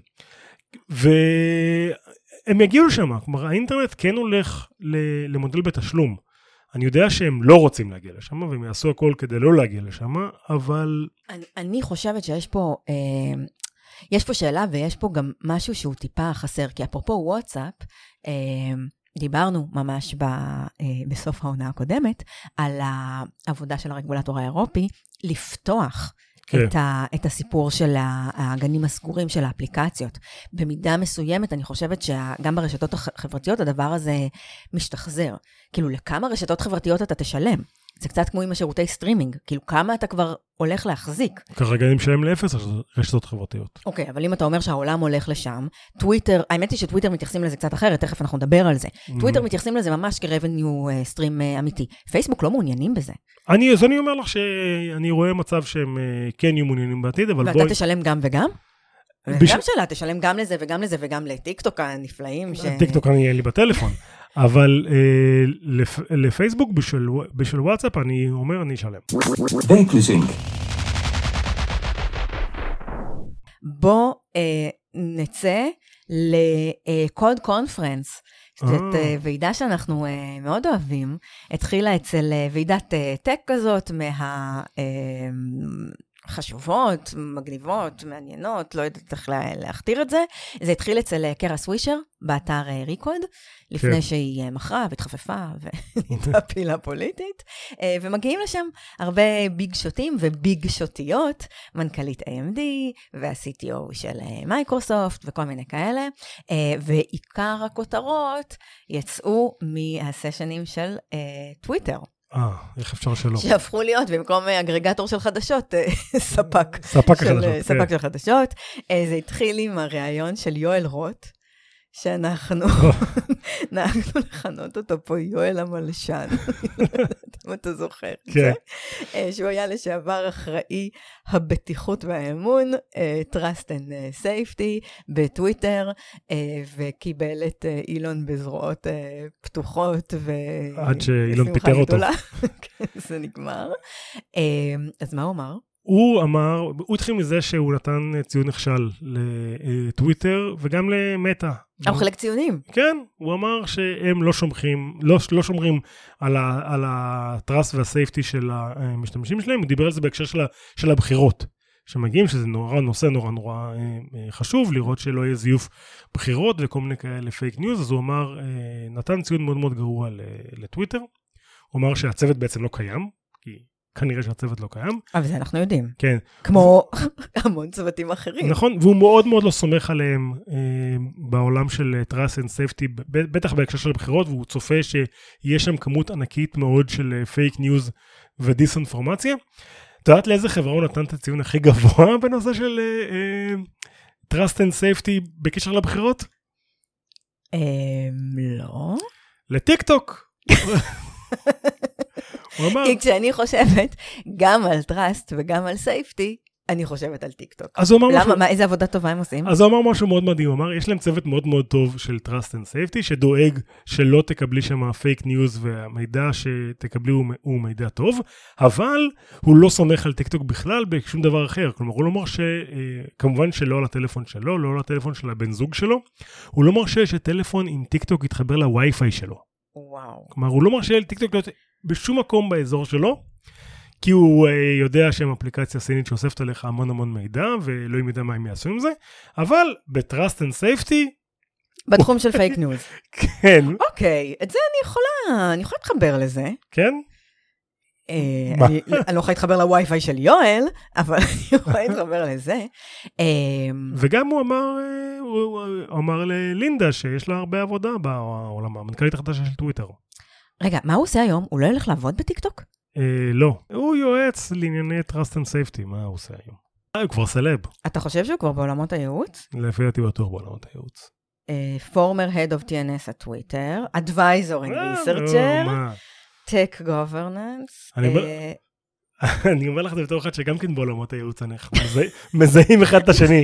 והם יגיעו לשם. כלומר, האינטרנט כן הולך למודל בתשלום. אני יודע שהם לא רוצים להגיע לשם, והם יעשו הכל כדי לא להגיע לשם, אבל... אני, אני חושבת שיש פה, אה, יש פה שאלה, ויש פה גם משהו שהוא טיפה חסר, כי אפרופו וואטסאפ, אה, דיברנו ממש ב, אה, בסוף העונה הקודמת, על העבודה של הרגולטור האירופי, לפתוח כן. את, ה, את הסיפור של הגנים הסגורים של האפליקציות. במידה מסוימת, אני חושבת שגם ברשתות החברתיות, הדבר הזה משתחזר. כאילו, לכמה רשתות חברתיות אתה תשלם? זה קצת כמו עם השירותי סטרימינג. כאילו, כמה אתה כבר הולך להחזיק? כרגע אני משלם לאפס רשתות חברתיות. אוקיי, אבל אם אתה אומר שהעולם הולך לשם, טוויטר, האמת היא שטוויטר מתייחסים לזה קצת אחרת, תכף אנחנו נדבר על זה. טוויטר מתייחסים לזה ממש כ-revenue stream אמיתי. פייסבוק לא מעוניינים בזה. אני, אז אני אומר לך שאני רואה מצב שהם כן יהיו מעוניינים בעתיד, אבל בואי... ואתה תשלם גם וגם? בש... גם שאלה, תשלם גם לזה וגם לזה וגם לטיקטוק הנפלאים ש... טיקטוק אני אין לי בטלפון. אבל אה, לפ... לפייסבוק בשביל, בשביל וואטסאפ אני אומר אני אשלם. בוא אה, נצא לקוד קונפרנס. זאת אה, ועידה שאנחנו אה, מאוד אוהבים. התחילה אצל אה, ועידת אה, טק כזאת מה... אה, חשובות, מגניבות, מעניינות, לא יודעת איך להכתיר את זה. זה התחיל אצל קרה סווישר, באתר ריקוד, לפני כן. שהיא מכרה והתחפפה ונהייתה פילה פוליטית, ומגיעים לשם הרבה ביג שוטים וביג שוטיות, מנכ"לית איי אם די וה-סי טי או של מייקרוסופט וכל מיני כאלה, ועיקר הכותרות יצאו מהסשנים של טוויטר. אה, איך אפשר שלא? שהפכו להיות במקום אגרגטור של חדשות, ספק. ספק של, חדשות. ספק של חדשות. זה התחיל עם הראיון של יואל רוט, שאנחנו נהגנו לכנות אותו פה יואל המלשן, אם אתה זוכר את זה, שהוא היה לשעבר אחראי הבטיחות והאמון, Trust and Safety, בטוויטר, וקיבל את אילון בזרועות פתוחות, עד שאילון פיטר אותו. זה נגמר. אז מה הוא אמר? הוא אמר, הוא התחיל מזה שהוא נתן ציון נכשל לטוויטר וגם למטה. הוא חלק ציונים. כן, הוא אמר שהם לא שומרים, לא, לא שומרים על ה, על הטראסט והסייפטי של המשתמשים שלהם, הוא דיבר על זה בהקשר של, של הבחירות, שמגיעים שזה נורא, נושא נורא נורא חשוב, לראות שלא יהיה זיוף בחירות וכל מיני כאלה פייק ניוז, אז הוא אמר, נתן ציון מאוד מאוד גרוע לטוויטר, הוא אמר שהצוות בעצם לא קיים, כי כנראה שהצוות לא קיים. אבל זה אנחנו יודעים. כן. כמו המון צוותים אחרים. נכון, והוא מאוד מאוד לא סומך עליהם אה, בעולם של Trust and Safety, בטח בהקשר של הבחירות, והוא צופה שיש שם כמות ענקית מאוד של פייק ניוז ודיסאינפורמציה. אתה יודעת לאיזה חברה הוא נתן את הציון הכי גבוה בנושא של אה, Trust and Safety בקשר לבחירות? אה, לא. לטיק-טוק. כי כשאני חושבת גם על טראסט וגם על סייפטי, אני חושבת על טיק טוק. למה? מה, איזה עבודה טובה הם עושים? אז הוא אמר משהו מאוד מדהים, הוא אמר, יש להם צוות מאוד מאוד טוב של Trust and Safety, שדואג שלא תקבלי שם פייק ניוז, והמידע שתקבלי הוא מידע טוב, אבל הוא לא סומך על טיק טוק בכלל בשום דבר אחר. כלומר, הוא לא מרשה, כמובן שלא על הטלפון שלו, לא על הטלפון של הבן זוג שלו, הוא לא מרשה שטלפון עם טיק טוק יתחבר לווי-פיי שלו. וואו. כלומר, הוא לא מרשה לטיק טוק להיות בשום מקום באזור שלו, כי הוא uh, יודע שהם אפליקציה סינית שאוספת עליך המון המון מידע, ולא יודע מה הם יעשו עם זה, אבל ב-Trust and Safety... בתחום של פייק ניוז. כן. אוקיי, את זה אני יכולה, אני יכולה להתחבר לזה. כן? Uh, אני, אני לא יכולה להתחבר לווי-פיי של יואל, אבל אני יכולה להתחבר לזה. Uh, וגם הוא אמר, הוא, הוא אמר ללינדה שיש לה הרבה עבודה בעולם, המנכ"לית החדשה של טוויטר. רגע, מה הוא עושה היום? הוא לא ילך לעבוד בטיק-טוק? אה, לא. הוא יועץ לענייני Trust and Safety, מה הוא עושה היום? אה, הוא כבר סלב. אתה חושב שהוא כבר בעולמות הייעוץ? לפי דעתי בטוח בעולמות הייעוץ. Former Head of טי אן אס at Twitter, Advisor and Researcher, Tech Governance. אני אומר לך זה בתור אחד שגם כן בעולמות הייעוץ אנחנו מזהים אחד את השני.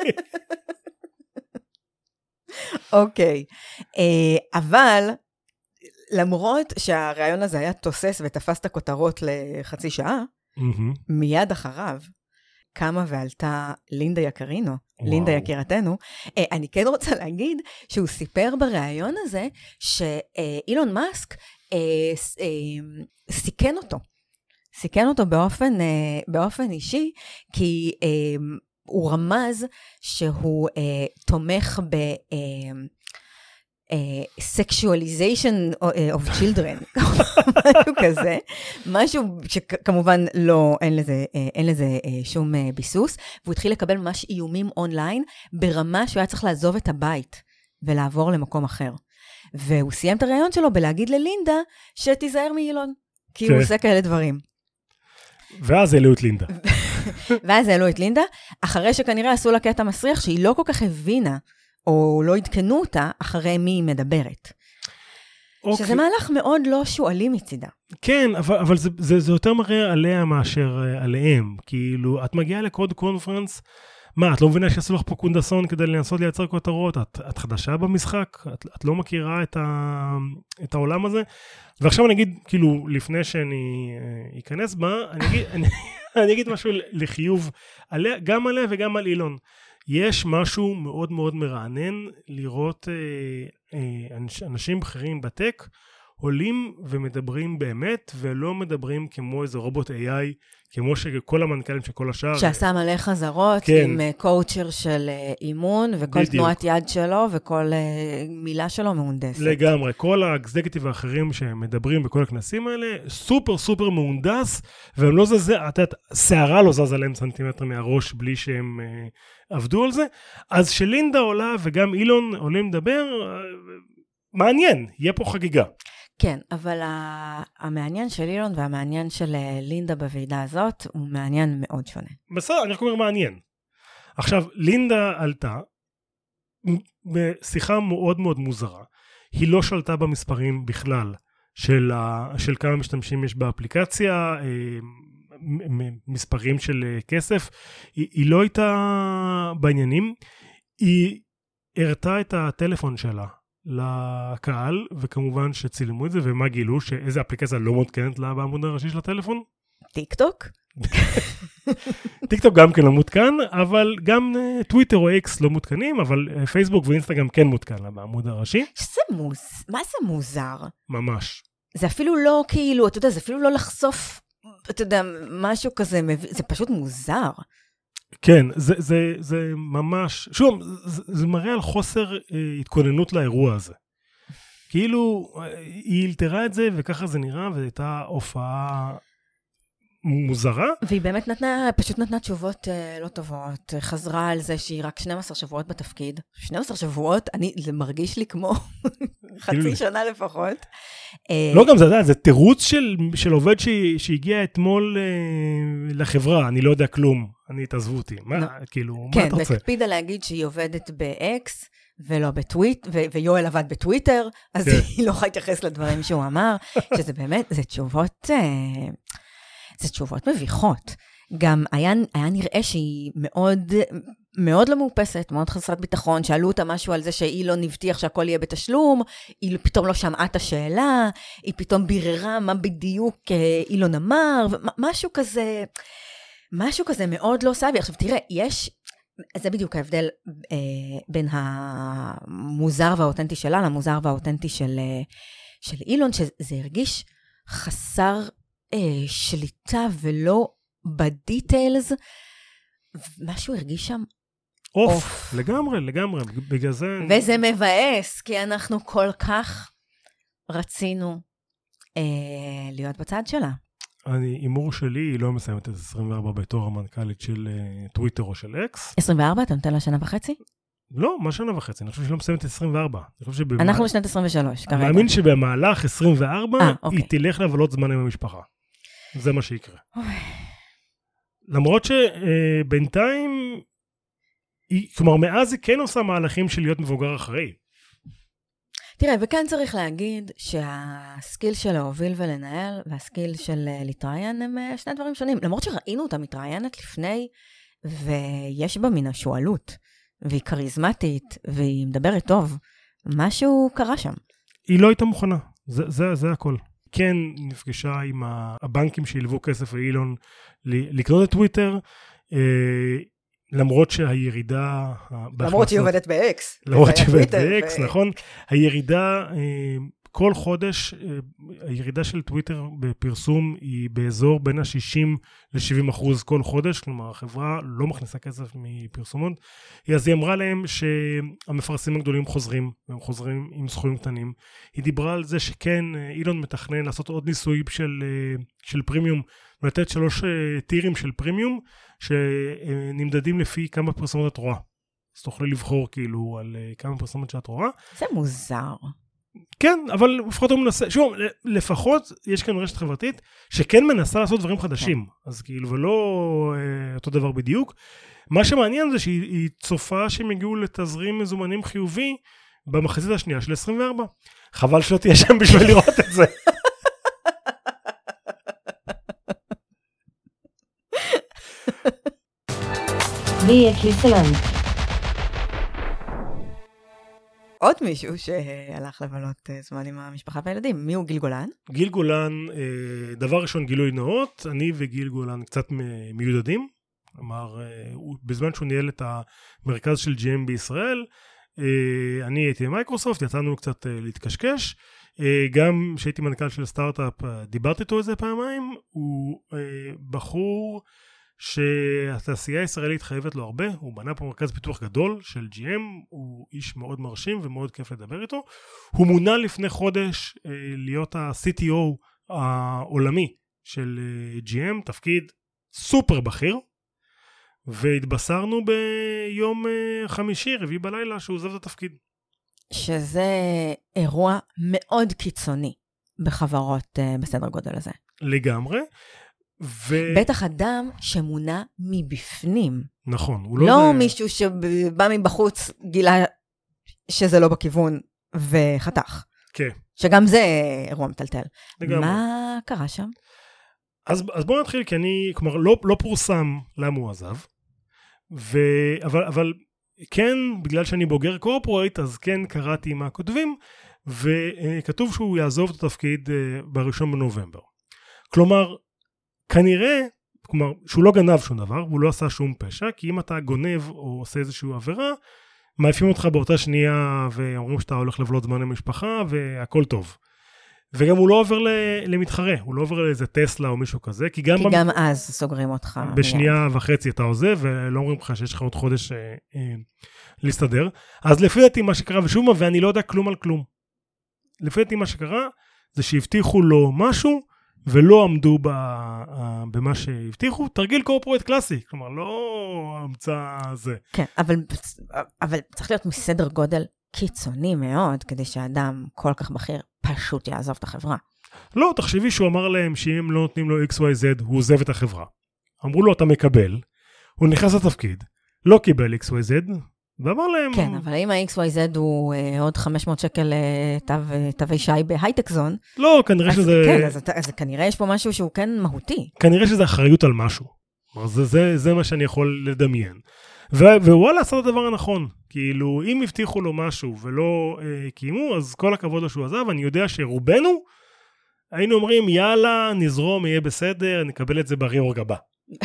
אוקיי, אבל... למרות שהרעיון הזה היה תוסס ותפס את הכותרות לחצי שעה, mm-hmm. מיד אחריו קמה ועלתה לינדה יקרינו, וואו. לינדה יקירתנו. אני כן רוצה להגיד שהוא סיפר ברעיון הזה שאילון מאסק סיכן אותו. סיכן אותו באופן, באופן אישי, כי הוא רמז שהוא תומך ב... sexualization of children, משהו כזה, משהו שכמובן לא, אין לזה, אין לזה שום ביסוס, והוא התחיל לקבל ממש איומים אונליין, ברמה שהוא היה צריך לעזוב את הבית, ולעבור למקום אחר. והוא סיים את הרעיון שלו בלהגיד ללינדה, שתיזהר מאילון, כי הוא עושה כאלה דברים. ואז העלו את לינדה. ואז העלו את לינדה, אחרי שכנראה עשו לה קטע מסריח, שהיא לא כל כך הבינה, או לא עדכנו אותה אחרי מי היא מדברת. Okay. שזה מהלך מאוד לא שואלים מצידה. כן, אבל, אבל זה, זה, זה יותר מראה עליה מאשר עליהם. כאילו, את מגיעה לקוד קונפרנס, מה, את לא מבינה שעשו לך פה קונדסון כדי לנסות לייצר כותרות? את, את חדשה במשחק? את, את לא מכירה את, ה, את העולם הזה? ועכשיו אני אגיד, כאילו, לפני שאני אכנס בה, אני אגיד, אני, אני אגיד משהו לחיוב, עליה, גם עליה וגם על אילון. יש משהו מאוד מאוד מרענן לראות אה, אה, אנשים בכירים בטק עולים ומדברים באמת ולא מדברים כמו איזה רובוט איי איי, כמו שכל המנכ"לים של כל השאר. שעשה מלא חזרות כן. עם קואוצ'ר של אימון וכל בדיוק. תנועת יד שלו וכל מילה שלו מהונדסת. לגמרי, כל האקזקטיב האחרים שמדברים בכל הכנסים האלה, סופר סופר מהונדס, והם לא זזה, את יודעת, שערה לא זז עליהם סנטימטר מהראש בלי שהם uh, עבדו על זה. אז שלינדה עולה וגם אילון עולים לדבר, uh, מעניין, יהיה פה חגיגה. כן, אבל המעניין של אילון והמעניין של לינדה בוועידה הזאת הוא מעניין מאוד שונה. בסדר, אני רק אומר מעניין. עכשיו, לינדה עלתה שיחה מאוד מאוד מוזרה. היא לא שלטה במספרים בכלל של, ה, של כמה משתמשים יש באפליקציה, מספרים של כסף, היא, היא לא הייתה בעניינים, היא הראתה את הטלפון שלה לקהל, וכמובן שצילמו את זה, ומה גילו? שאיזה אפליקציה לא מותקנת לה בעמוד הראשי של הטלפון? טיק טוק? טיק טוק גם כן לא מותקן, אבל גם טוויטר או אקס לא מותקנים, אבל פייסבוק ואינסטגרם כן מותקן לה בעמוד הראשי. שזה מוז... מה זה מוזר? ממש. זה אפילו לא כאילו, אתה יודע, זה אפילו לא לחשוף, אתה יודע, משהו כזה, זה פשוט מוזר. כן, זה, זה, זה ממש, שוב, זה, זה מראה על חוסר אה, התכוננות לאירוע הזה. כאילו, היא הלתרה את זה, וככה זה נראה, וזו הייתה הופעה מוזרה. והיא באמת נתנה, פשוט נתנה תשובות אה, לא טובות, חזרה על זה שהיא רק שנים עשר שבועות בתפקיד. שנים עשר שבועות, אני, זה מרגיש לי כמו חצי שנה לפחות. לא, גם זה, זה תירוץ של, של עובד שהגיע אתמול אה, לחברה, אני לא יודע כלום, אני תעזבו אותי. מה, לא. כאילו, כן, מה אתה רוצה? והקפידה להגיד שהיא עובדת ב-X, ולא בטוויט, ו- ויואל עבד בטוויטר, אז כן. היא לא יכולה להתייחס לדברים שהוא אמר, שזה באמת, זה תשובות, אה, זה תשובות מביכות. גם היה, היה נראה שהיא מאוד, מאוד לא מאופסת, מאוד חסרת ביטחון, שאלו אותה משהו על זה שאילון הבטיח שהכל יהיה בתשלום, היא פתאום לא שמעה את השאלה, היא פתאום ביררה מה בדיוק אילון אמר, משהו כזה, משהו כזה מאוד לא סבי. עכשיו תראה, יש, זה בדיוק ההבדל אה, בין המוזר והאותנטי שלה, למוזר והאותנטי של, של אילון, שזה הרגיש חסר אה, שליטה ולא בדיטיילס, משהו הרגיש שם אוף. אוף. לגמרי, לגמרי, בגלל זה... וזה מבאס, כי אנחנו כל כך רצינו אה, להיות בצד שלה. אני, אימור שלי, היא לא מסיימת את עשרים וארבע בתור המנכ"לית של uh, טוויטר או של אקס. עשרים וארבע? אתה נותן לה שנה וחצי? לא, מה שנה וחצי? אני חושב שהיא לא מסיימת את עשרים וארבע. שבמה... אנחנו בשנת עשרים ושלוש, כרגע. אני מאמין שבמהלך עשרים וארבע, 아, אוקיי. היא תלך לבלות זמן עם המשפחה. זה מה שיקרה. למרות שבינתיים, היא, כלומר, מאז היא כן עושה מהלכים של להיות מבוגר אחראי. תראה, וכאן צריך להגיד שהסקיל של להוביל ולנהל, והסקיל של להתראיין הם שני דברים שונים. למרות שראינו אותה מתראיינת לפני, ויש בה מן השואלות, והיא קריזמטית, והיא מדברת טוב. משהו קרה שם. היא לא הייתה מוכנה, זה, זה, זה הכל. כן נפגשה עם הבנקים שילבו כסף ואילון לקנות את טוויטר, למרות שהירידה... למרות שהיא עובדת ב-X. למרות שהיא עובדת ב-X, נכון. הירידה, כל חודש, הירידה של טוויטר בפרסום היא באזור בין ה-שישים ל-שבעים אחוז כל חודש, כלומר החברה לא מכניסה כסף מפרסומות. אז היא אמרה להם שהמפרסמים הגדולים חוזרים, והם חוזרים עם סכומים קטנים. היא דיברה על זה שכן, אילון מתכנן לעשות עוד ניסוי של, של פרימיום, ולתת שלוש טירים של פרימיום, שנמדדים לפי כמה פרסומות את רואה. אז תוכלי לבחור כאילו על כמה פרסומות שאת רואה. זה מוזר. כן, אבל לפחות הוא מנסה, שוב, לפחות יש כאן רשת חברתית שכן מנסה לעשות דברים חדשים, אז כאילו, ולא אה, אותו דבר בדיוק. מה שמעניין זה שהיא צופה שהם יגיעו לתזרים מזומנים חיובי במחצית השנייה של עשרים וארבע. חבל שלא תהיה שם בשביל לראות את זה. עוד מישהו שהלך לבלות זמן עם המשפחה והילדים. מי הוא גיל גולן? גיל גולן, דבר ראשון גילוי נאות, אני וגיל גולן קצת מיודדים, כלומר, בזמן שהוא ניהל את המרכז של ג'י אם בישראל, אני הייתי במייקרוסופט, יצאנו קצת להתקשקש, גם כשהייתי מנכ"ל של סטארט-אפ, דיברתי איתו איזה פעמיים, הוא בחור שהתעשייה הישראלית חייבת לו הרבה, הוא בנה פה מרכז פיתוח גדול של ג'י אם, הוא איש מאוד מרשים ומאוד כיף לדבר איתו, הוא מונה לפני חודש להיות ה-סי טי או העולמי של ג'י אם, תפקיד סופר בכיר, והתבשרנו ביום חמישי, רביעי בלילה, שהוא עוזב את התפקיד. שזה אירוע מאוד קיצוני בחברות בסדר גודל הזה. לגמרי. ו... בטח אדם שמונה מבפנים. נכון. הוא לא, לא זה... מישהו שבא מבחוץ גילה שזה לא בכיוון וחתך. כן. שגם זה אירוע מטלטל. לגמרי. מה קרה שם? אז, אז בואו נתחיל, כי אני, כלומר, לא, לא פורסם למה הוא עזב, ו, אבל, אבל כן, בגלל שאני בוגר קורפורייט, אז כן קראתי מה כותבים, וכתוב שהוא יעזוב את התפקיד בראשון בנובמבר. כלומר, כנראה, כלומר, שהוא לא גנב שום דבר, הוא לא עשה שום פשע, כי אם אתה גונב או עושה איזושהי עבירה, מעיפים אותך באותה שנייה, ואומרים שאתה הולך לבלות זמן למשפחה, והכל טוב. וגם הוא לא עובר למתחרה, הוא לא עובר לאיזה טסלה או מישהו כזה, כי גם... כי גם אז סוגרים אותך. בשנייה וחצי אתה עוזב, ולא אומרים לך שיש לך עוד חודש אה, אה, להסתדר. אז לפי דעתי מה שקרה, ושוב, ואני לא יודע כלום על כלום. לפי דעתי מה שקרה, זה שהבטיחו לו משהו, ולא עמדו במה שהבטיחו, תרגיל קורפורט קלאסי, כלומר, לא המצא זה. כן, אבל, אבל צריך להיות מסדר גודל קיצוני מאוד, כדי שהאדם כל כך בכיר פשוט יעזוב את החברה. לא, תחשבי שהוא אמר להם שאם לא נותנים לו אקס וואי זד, הוא עוזב את החברה. אמרו לו, אתה מקבל, הוא נכנס לתפקיד, לא קיבל אקס וואי זד, ואמר להם... כן, אבל אם ה-אקס וואי זד הוא אה, עוד חמש מאות שקל אה, תו, תווי שי בהייטק זון, לא, כנראה אז, שזה... כן, אז, אז כנראה יש פה משהו שהוא כן מהותי. כנראה שזה אחריות על משהו. זה, זה, זה מה שאני יכול לדמיין. ו- ווואלה, עשה את הדבר הנכון. כאילו, אם הבטיחו לו משהו ולא אה, קיימו, אז כל הכבוד לו שהוא עזב. אני יודע שרובנו היינו אומרים, יאללה, נזרום, יהיה בסדר, נקבל את זה בריאורג הבא.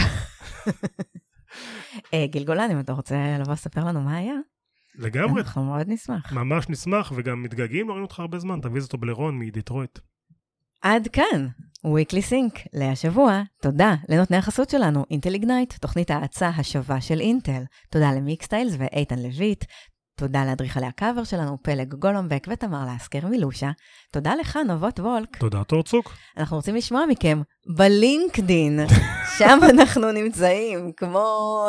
גלגולן, אם אתה רוצה לבוא לספר לנו מה היה? לגמרי. אנחנו מאוד נשמח. ממש נשמח, וגם מתגעגעים, לא ראינו אותך הרבה זמן, תביא אותו בלרון מדיטרויט. עד כאן, Weekly Sync להשבוע. תודה לנותני החסות שלנו, אינטל איגנייט, תוכנית ההאצה השווה של אינטל. תודה למיקסטיילס ואיתן לויט. תודה לאדריכלי הקאבר שלנו, פלג גולומבק ותמר להסקר מילושה. תודה לך, נבות וולק. תודה, תורצוק. אנחנו רוצים לשמוע מכם בלינקדין, שם אנחנו נמצאים, כמו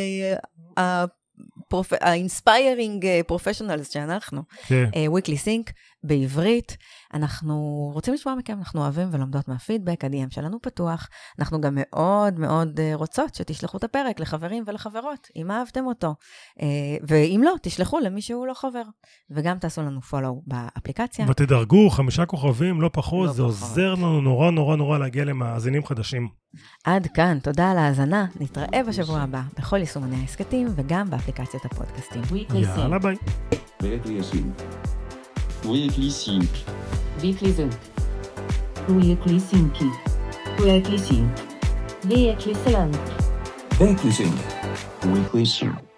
ה-inspiring professionals שאנחנו. Weekly Sync בעברית. אנחנו רוצים לשמוע מכם, אנחנו אוהבים ולומדות מהפידבק, ה-די אם שלנו פתוח. אנחנו גם מאוד מאוד רוצות שתשלחו את הפרק לחברים ולחברות, אם אהבתם אותו. ואם לא, תשלחו למי שהוא לא חבר. וגם תעשו לנו פולו באפליקציה. ותדרגו חמישה כוכבים, לא פחות, לא זה פחות. עוזר לנו נורא נורא נורא להגיע למאזינים חדשים. עד כאן, תודה על ההאזנה. נתראה בשבוע הבא בכל יישומני העסקתים וגם באפליקציות הפודקאסטים. יאללה ביי. Weekly Sync. Weekly Sync. Weekly Sync. Weekly Sync. Weekly Sync. Weekly Sync. Weekly Sync.